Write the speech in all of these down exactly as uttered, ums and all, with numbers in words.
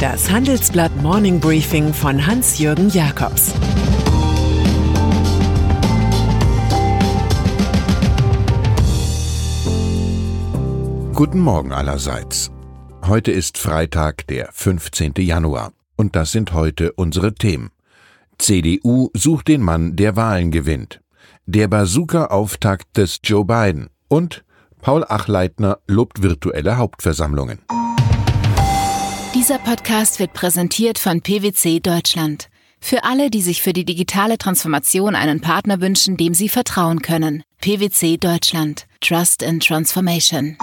Das Handelsblatt Morning Briefing von Hans-Jürgen Jakobs. Guten Morgen allerseits. Heute ist Freitag, der fünfzehnten Januar. Und das sind heute unsere Themen. C D U sucht den Mann, der Wahlen gewinnt. Der Bazooka-Auftakt des Joe Biden. Und Paul Achleitner lobt virtuelle Hauptversammlungen. Dieser Podcast wird präsentiert von P W C Deutschland. Für alle, die sich für die digitale Transformation einen Partner wünschen, dem sie vertrauen können. P W C Deutschland. Trust in Transformation.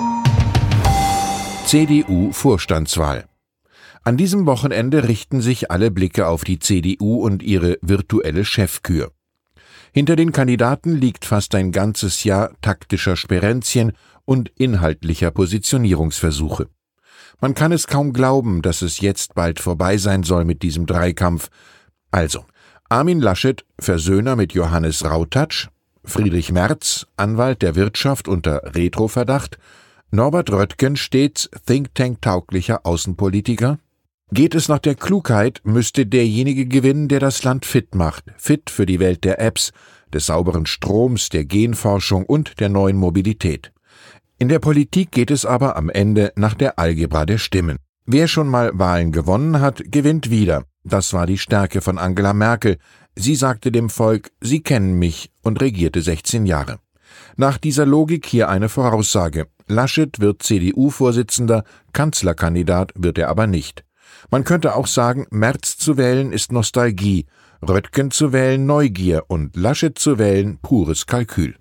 C D U-Vorstandswahl. An diesem Wochenende richten sich alle Blicke auf die C D U und ihre virtuelle Chefkür. Hinter den Kandidaten liegt fast ein ganzes Jahr taktischer Sperenzien und inhaltlicher Positionierungsversuche. Man kann es kaum glauben, dass es jetzt bald vorbei sein soll mit diesem Dreikampf. Also, Armin Laschet, Versöhner mit Johannes Rautatsch, Friedrich Merz, Anwalt der Wirtschaft unter Retroverdacht, Norbert Röttgen, stets Think-Tank-tauglicher Außenpolitiker? Geht es nach der Klugheit, müsste derjenige gewinnen, der das Land fit macht. Fit für die Welt der Apps, des sauberen Stroms, der Genforschung und der neuen Mobilität. In der Politik geht es aber am Ende nach der Algebra der Stimmen. Wer schon mal Wahlen gewonnen hat, gewinnt wieder. Das war die Stärke von Angela Merkel. Sie sagte dem Volk, Sie kennen mich, und regierte sechzehn Jahre. Nach dieser Logik hier eine Voraussage. Laschet wird C D U-Vorsitzender, Kanzlerkandidat wird er aber nicht. Man könnte auch sagen, Merz zu wählen ist Nostalgie, Röttgen zu wählen Neugier und Laschet zu wählen pures Kalkül.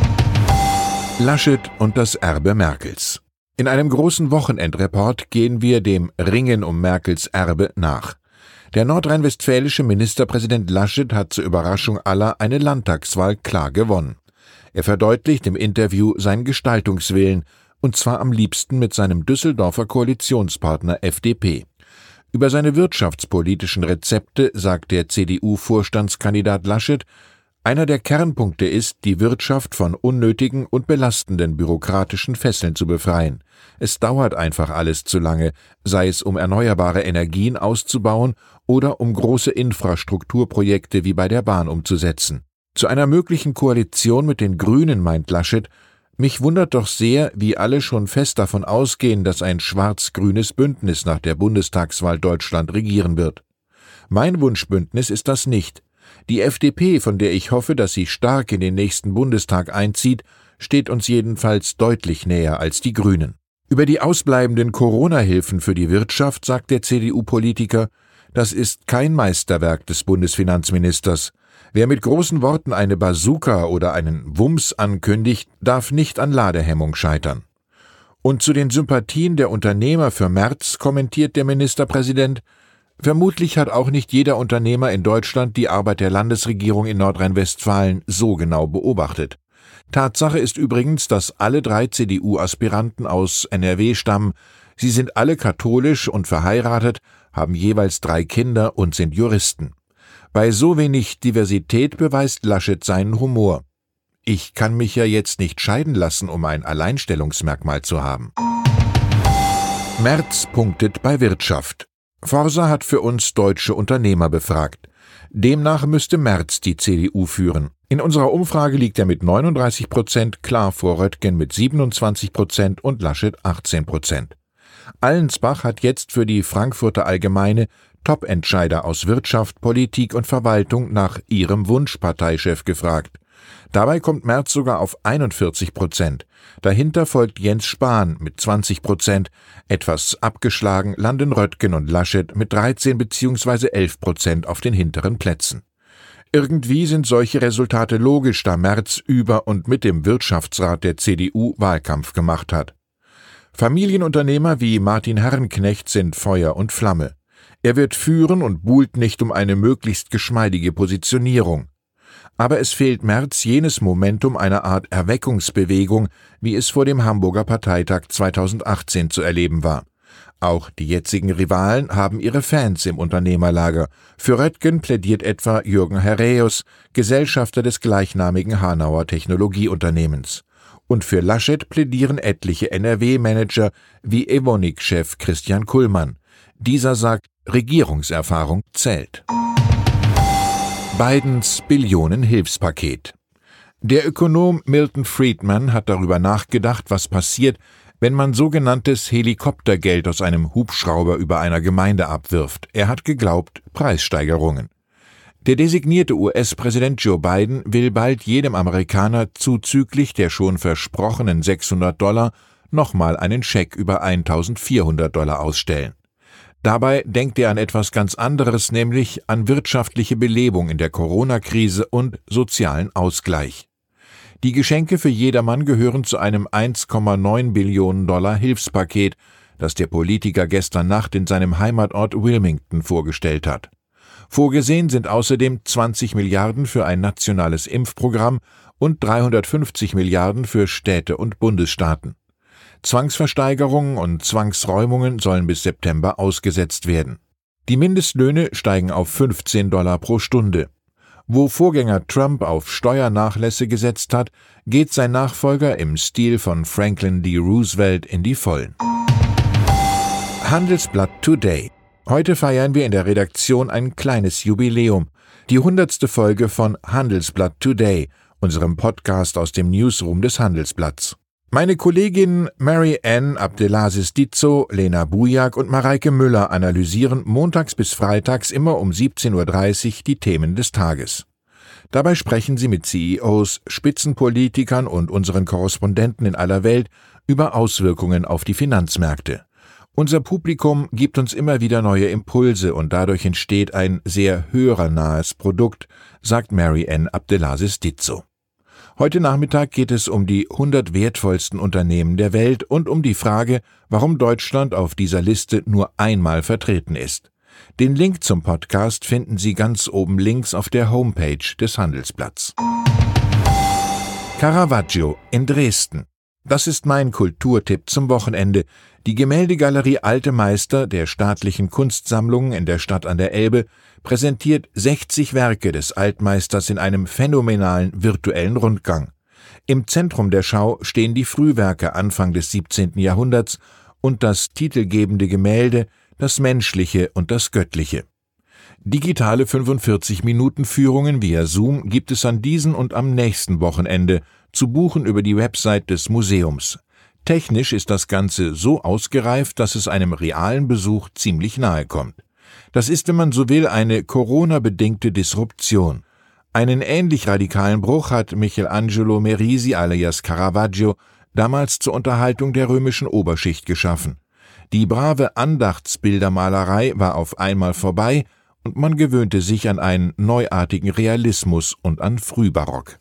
Laschet und das Erbe Merkels. In einem großen Wochenendreport gehen wir dem Ringen um Merkels Erbe nach. Der nordrhein-westfälische Ministerpräsident Laschet hat zur Überraschung aller eine Landtagswahl klar gewonnen. Er verdeutlicht im Interview seinen Gestaltungswillen, und zwar am liebsten mit seinem Düsseldorfer Koalitionspartner F D P. Über seine wirtschaftspolitischen Rezepte sagt der C D U-Vorstandskandidat Laschet, einer der Kernpunkte ist, die Wirtschaft von unnötigen und belastenden bürokratischen Fesseln zu befreien. Es dauert einfach alles zu lange, sei es um erneuerbare Energien auszubauen oder um große Infrastrukturprojekte wie bei der Bahn umzusetzen. Zu einer möglichen Koalition mit den Grünen meint Laschet, mich wundert doch sehr, wie alle schon fest davon ausgehen, dass ein schwarz-grünes Bündnis nach der Bundestagswahl Deutschland regieren wird. Mein Wunschbündnis ist das nicht. Die F D P, von der ich hoffe, dass sie stark in den nächsten Bundestag einzieht, steht uns jedenfalls deutlich näher als die Grünen. Über die ausbleibenden Corona-Hilfen für die Wirtschaft sagt der C D U-Politiker, das ist kein Meisterwerk des Bundesfinanzministers. Wer mit großen Worten eine Bazooka oder einen Wumms ankündigt, darf nicht an Ladehemmung scheitern. Und zu den Sympathien der Unternehmer für Merz kommentiert der Ministerpräsident, vermutlich hat auch nicht jeder Unternehmer in Deutschland die Arbeit der Landesregierung in Nordrhein-Westfalen so genau beobachtet. Tatsache ist übrigens, dass alle drei C D U-Aspiranten aus N R W stammen. Sie sind alle katholisch und verheiratet, haben jeweils drei Kinder und sind Juristen. Bei so wenig Diversität beweist Laschet seinen Humor. Ich kann mich ja jetzt nicht scheiden lassen, um ein Alleinstellungsmerkmal zu haben. Merz punktet bei Wirtschaft. Forsa hat für uns deutsche Unternehmer befragt. Demnach müsste Merz die C D U führen. In unserer Umfrage liegt er mit neununddreißig Prozent klar vor Röttgen mit siebenundzwanzig Prozent und Laschet achtzehn Prozent. Allensbach hat jetzt für die Frankfurter Allgemeine Top-Entscheider aus Wirtschaft, Politik und Verwaltung nach ihrem Wunschparteichef gefragt. Dabei kommt Merz sogar auf einundvierzig Prozent. Dahinter folgt Jens Spahn mit zwanzig Prozent. Etwas abgeschlagen landen Röttgen und Laschet mit dreizehn bzw. elf Prozent auf den hinteren Plätzen. Irgendwie sind solche Resultate logisch, da Merz über und mit dem Wirtschaftsrat der C D U Wahlkampf gemacht hat. Familienunternehmer wie Martin Herrenknecht sind Feuer und Flamme. Er wird führen und buhlt nicht um eine möglichst geschmeidige Positionierung. Aber es fehlt Merz jenes Momentum einer Art Erweckungsbewegung, wie es vor dem Hamburger Parteitag zweitausendachtzehn zu erleben war. Auch die jetzigen Rivalen haben ihre Fans im Unternehmerlager. Für Röttgen plädiert etwa Jürgen Herreus, Gesellschafter des gleichnamigen Hanauer Technologieunternehmens. Und für Laschet plädieren etliche N R W-Manager wie Evonik-Chef Christian Kullmann. Dieser sagt, Regierungserfahrung zählt. Bidens Billionen-Hilfspaket. Der Ökonom Milton Friedman hat darüber nachgedacht, was passiert, wenn man sogenanntes Helikoptergeld aus einem Hubschrauber über einer Gemeinde abwirft. Er hat geglaubt, Preissteigerungen. Der designierte U S-Präsident Joe Biden will bald jedem Amerikaner zuzüglich der schon versprochenen sechshundert Dollar nochmal einen Scheck über eintausendvierhundert Dollar ausstellen. Dabei denkt er an etwas ganz anderes, nämlich an wirtschaftliche Belebung in der Corona-Krise und sozialen Ausgleich. Die Geschenke für jedermann gehören zu einem eins Komma neun Billionen Dollar Hilfspaket, das der Politiker gestern Nacht in seinem Heimatort Wilmington vorgestellt hat. Vorgesehen sind außerdem zwanzig Milliarden für ein nationales Impfprogramm und dreihundertfünfzig Milliarden für Städte und Bundesstaaten. Zwangsversteigerungen und Zwangsräumungen sollen bis September ausgesetzt werden. Die Mindestlöhne steigen auf fünfzehn Dollar pro Stunde. Wo Vorgänger Trump auf Steuernachlässe gesetzt hat, geht sein Nachfolger im Stil von Franklin D. Roosevelt in die Vollen. Handelsblatt Today. Heute feiern wir in der Redaktion ein kleines Jubiläum. Die hundertste Folge von Handelsblatt Today, unserem Podcast aus dem Newsroom des Handelsblatts. Meine Kolleginnen Mary Ann Abdelaziz-Dizzo, Lena Bujak und Mareike Müller analysieren montags bis freitags immer um siebzehn Uhr dreißig die Themen des Tages. Dabei sprechen sie mit C E Os, Spitzenpolitikern und unseren Korrespondenten in aller Welt über Auswirkungen auf die Finanzmärkte. Unser Publikum gibt uns immer wieder neue Impulse und dadurch entsteht ein sehr hörernahes Produkt, sagt Mary Ann Abdelaziz-Dizzo. Heute Nachmittag geht es um die hundert wertvollsten Unternehmen der Welt und um die Frage, warum Deutschland auf dieser Liste nur einmal vertreten ist. Den Link zum Podcast finden Sie ganz oben links auf der Homepage des Handelsblatts. Caravaggio in Dresden. Das ist mein Kulturtipp zum Wochenende. Die Gemäldegalerie Alte Meister der Staatlichen Kunstsammlungen in der Stadt an der Elbe präsentiert sechzig Werke des Altmeisters in einem phänomenalen virtuellen Rundgang. Im Zentrum der Schau stehen die Frühwerke Anfang des siebzehnten Jahrhunderts und das titelgebende Gemälde Das Menschliche und das Göttliche. Digitale fünfundvierzig-Minuten-Führungen via Zoom gibt es an diesem und am nächsten Wochenende, zu buchen über die Website des Museums. Technisch ist das Ganze so ausgereift, dass es einem realen Besuch ziemlich nahe kommt. Das ist, wenn man so will, eine Corona-bedingte Disruption. Einen ähnlich radikalen Bruch hat Michelangelo Merisi alias Caravaggio damals zur Unterhaltung der römischen Oberschicht geschaffen. Die brave Andachtsbildermalerei war auf einmal vorbei und man gewöhnte sich an einen neuartigen Realismus und an Frühbarock.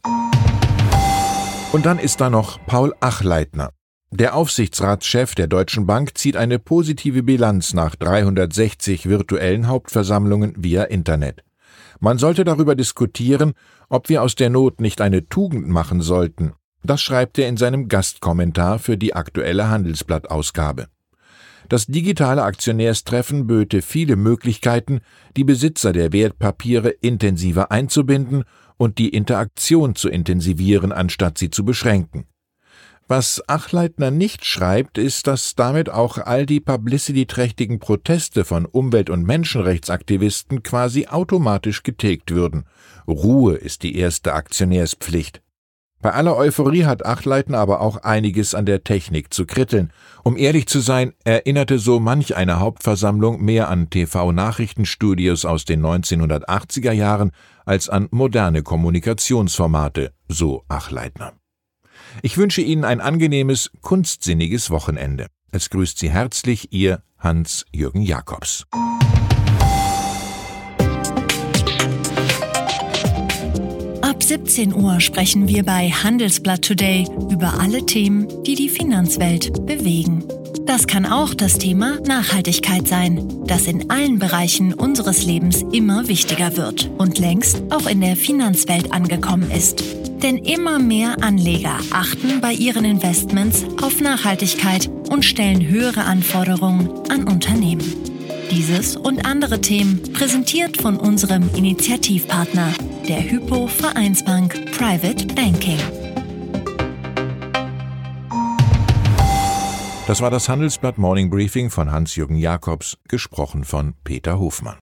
Und dann ist da noch Paul Achleitner. Der Aufsichtsratschef der Deutschen Bank zieht eine positive Bilanz nach dreihundertsechzig virtuellen Hauptversammlungen via Internet. Man sollte darüber diskutieren, ob wir aus der Not nicht eine Tugend machen sollten. Das schreibt er in seinem Gastkommentar für die aktuelle Handelsblatt-Ausgabe. Das digitale Aktionärstreffen böte viele Möglichkeiten, die Besitzer der Wertpapiere intensiver einzubinden und die Interaktion zu intensivieren, anstatt sie zu beschränken. Was Achleitner nicht schreibt, ist, dass damit auch all die publicity-trächtigen Proteste von Umwelt- und Menschenrechtsaktivisten quasi automatisch getilgt würden. Ruhe ist die erste Aktionärspflicht. Bei aller Euphorie hat Achleitner aber auch einiges an der Technik zu kritteln. Um ehrlich zu sein, erinnerte so manch eine Hauptversammlung mehr an T V-Nachrichtenstudios aus den neunzehnhundertachtziger Jahren als an moderne Kommunikationsformate, so Achleitner. Ich wünsche Ihnen ein angenehmes, kunstsinniges Wochenende. Es grüßt Sie herzlich Ihr Hans-Jürgen Jakobs. Ab siebzehn Uhr sprechen wir bei Handelsblatt Today über alle Themen, die die Finanzwelt bewegen. Das kann auch das Thema Nachhaltigkeit sein, das in allen Bereichen unseres Lebens immer wichtiger wird und längst auch in der Finanzwelt angekommen ist. Denn immer mehr Anleger achten bei ihren Investments auf Nachhaltigkeit und stellen höhere Anforderungen an Unternehmen. Dieses und andere Themen präsentiert von unserem Initiativpartner, der Hypo Vereinsbank Private Banking. Das war das Handelsblatt Morning Briefing von Hans-Jürgen Jakobs, gesprochen von Peter Hofmann.